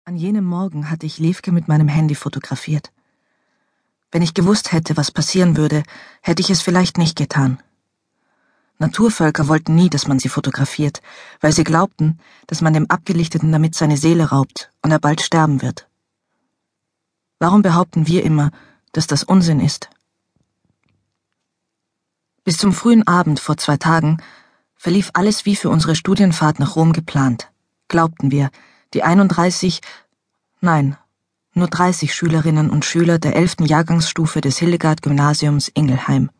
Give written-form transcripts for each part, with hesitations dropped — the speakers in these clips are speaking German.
An jenem Morgen hatte ich Levke mit meinem Handy fotografiert. Wenn ich gewusst hätte, was passieren würde, hätte ich es vielleicht nicht getan. Naturvölker wollten nie, dass man sie fotografiert, weil sie glaubten, dass man dem Abgelichteten damit seine Seele raubt und er bald sterben wird. Warum behaupten wir immer, dass das Unsinn ist? Bis zum frühen Abend vor 2 Tagen verlief alles wie für unsere Studienfahrt nach Rom geplant, glaubten wir, die 30 Schülerinnen und Schüler der 11. Jahrgangsstufe des Hildegard-Gymnasiums Ingelheim.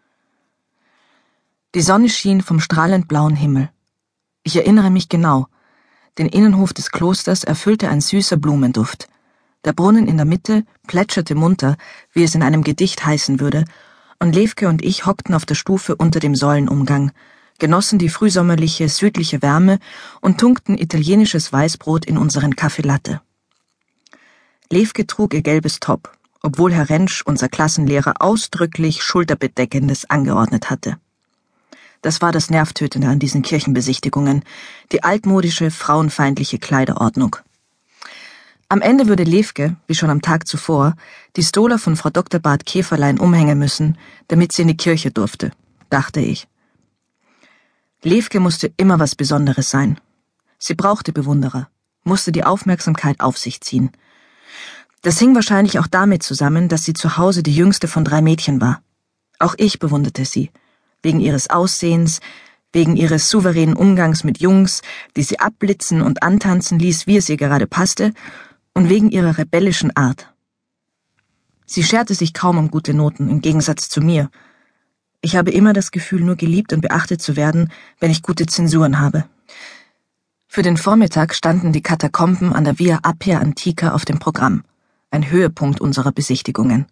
Die Sonne schien vom strahlend blauen Himmel. Ich erinnere mich genau, den Innenhof des Klosters erfüllte ein süßer Blumenduft. Der Brunnen in der Mitte plätscherte munter, wie es in einem Gedicht heißen würde, und Levke und ich hockten auf der Stufe unter dem Säulenumgang, genossen die frühsommerliche, südliche Wärme und tunkten italienisches Weißbrot in unseren Kaffee Latte. Levke trug ihr gelbes Top, obwohl Herr Rentsch, unser Klassenlehrer, ausdrücklich Schulterbedeckendes angeordnet hatte. Das war das Nervtötende an diesen Kirchenbesichtigungen, die altmodische, frauenfeindliche Kleiderordnung. Am Ende würde Levke, wie schon am Tag zuvor, die Stola von Frau Dr. Barth Käferlein umhängen müssen, damit sie in die Kirche durfte, dachte ich. Levke musste immer was Besonderes sein. Sie brauchte Bewunderer, musste die Aufmerksamkeit auf sich ziehen. Das hing wahrscheinlich auch damit zusammen, dass sie zu Hause die jüngste von 3 Mädchen war. Auch ich bewunderte sie, wegen ihres Aussehens, wegen ihres souveränen Umgangs mit Jungs, die sie abblitzen und antanzen ließ, wie es ihr gerade passte, und wegen ihrer rebellischen Art. Sie scherte sich kaum um gute Noten, im Gegensatz zu mir. Ich habe immer das Gefühl, nur geliebt und beachtet zu werden, wenn ich gute Zensuren habe. Für den Vormittag standen die Katakomben an der Via Appia Antica auf dem Programm, ein Höhepunkt unserer Besichtigungen.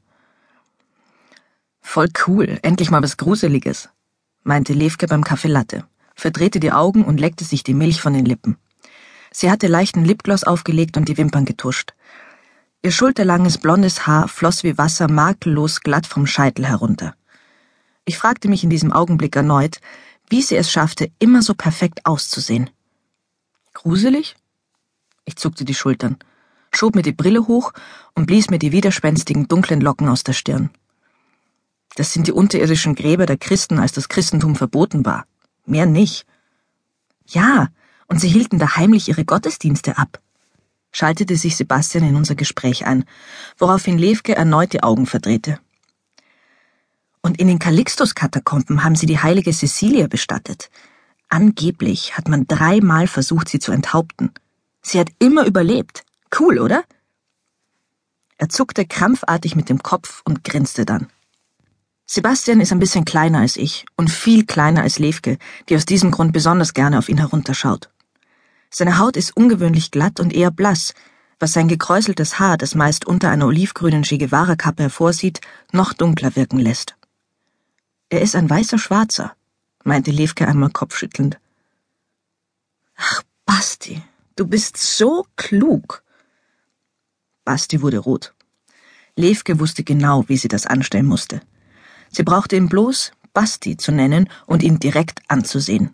Voll cool, endlich mal was Gruseliges, meinte Levke beim Kaffee Latte, verdrehte die Augen und leckte sich die Milch von den Lippen. Sie hatte leichten Lipgloss aufgelegt und die Wimpern getuscht. Ihr schulterlanges blondes Haar floss wie Wasser makellos glatt vom Scheitel herunter. Ich fragte mich in diesem Augenblick erneut, wie sie es schaffte, immer so perfekt auszusehen. Gruselig? Ich zuckte die Schultern, schob mir die Brille hoch und blies mir die widerspenstigen dunklen Locken aus der Stirn. Das sind die unterirdischen Gräber der Christen, als das Christentum verboten war. Mehr nicht. Ja, und sie hielten da heimlich ihre Gottesdienste ab, schaltete sich Sebastian in unser Gespräch ein, woraufhin Levke erneut die Augen verdrehte. Und in den Calixtus-Katakomben haben sie die heilige Cecilia bestattet. Angeblich hat man 3-mal versucht, sie zu enthaupten. Sie hat immer überlebt. Cool, oder? Er zuckte krampfartig mit dem Kopf und grinste dann. Sebastian ist ein bisschen kleiner als ich und viel kleiner als Levke, die aus diesem Grund besonders gerne auf ihn herunterschaut. Seine Haut ist ungewöhnlich glatt und eher blass, was sein gekräuseltes Haar, das meist unter einer olivgrünen Che Guevara-Kappe hervorsieht, noch dunkler wirken lässt. Er ist ein weißer Schwarzer, meinte Levke einmal kopfschüttelnd. Ach, Basti, du bist so klug. Basti wurde rot. Levke wusste genau, wie sie das anstellen musste. Sie brauchte ihn bloß Basti zu nennen und ihn direkt anzusehen.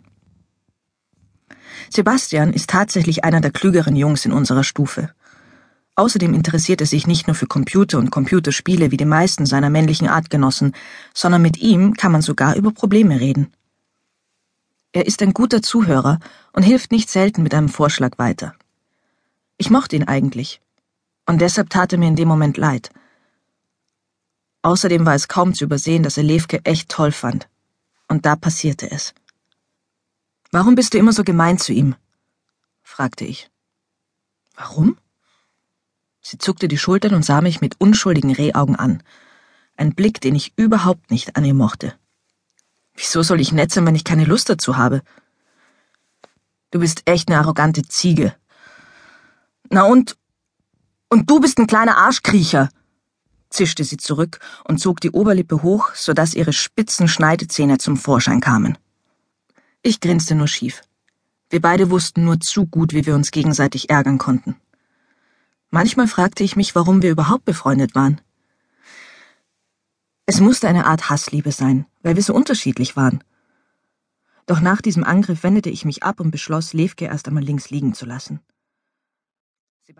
Sebastian ist tatsächlich einer der klügeren Jungs in unserer Stufe. Außerdem interessiert er sich nicht nur für Computer und Computerspiele wie die meisten seiner männlichen Artgenossen, sondern mit ihm kann man sogar über Probleme reden. Er ist ein guter Zuhörer und hilft nicht selten mit einem Vorschlag weiter. Ich mochte ihn eigentlich, und deshalb tat er mir in dem Moment leid. Außerdem war es kaum zu übersehen, dass er Levke echt toll fand. Und da passierte es. »Warum bist du immer so gemein zu ihm?« fragte ich. »Warum?« Sie zuckte die Schultern und sah mich mit unschuldigen Rehaugen an. Ein Blick, den ich überhaupt nicht an ihr mochte. »Wieso soll ich nett sein, wenn ich keine Lust dazu habe?« »Du bist echt eine arrogante Ziege.« »Na und du bist ein kleiner Arschkriecher«, zischte sie zurück und zog die Oberlippe hoch, sodass ihre spitzen Schneidezähne zum Vorschein kamen. Ich grinste nur schief. Wir beide wussten nur zu gut, wie wir uns gegenseitig ärgern konnten. Manchmal fragte ich mich, warum wir überhaupt befreundet waren. Es musste eine Art Hassliebe sein, weil wir so unterschiedlich waren. Doch nach diesem Angriff wendete ich mich ab und beschloss, Levke erst einmal links liegen zu lassen.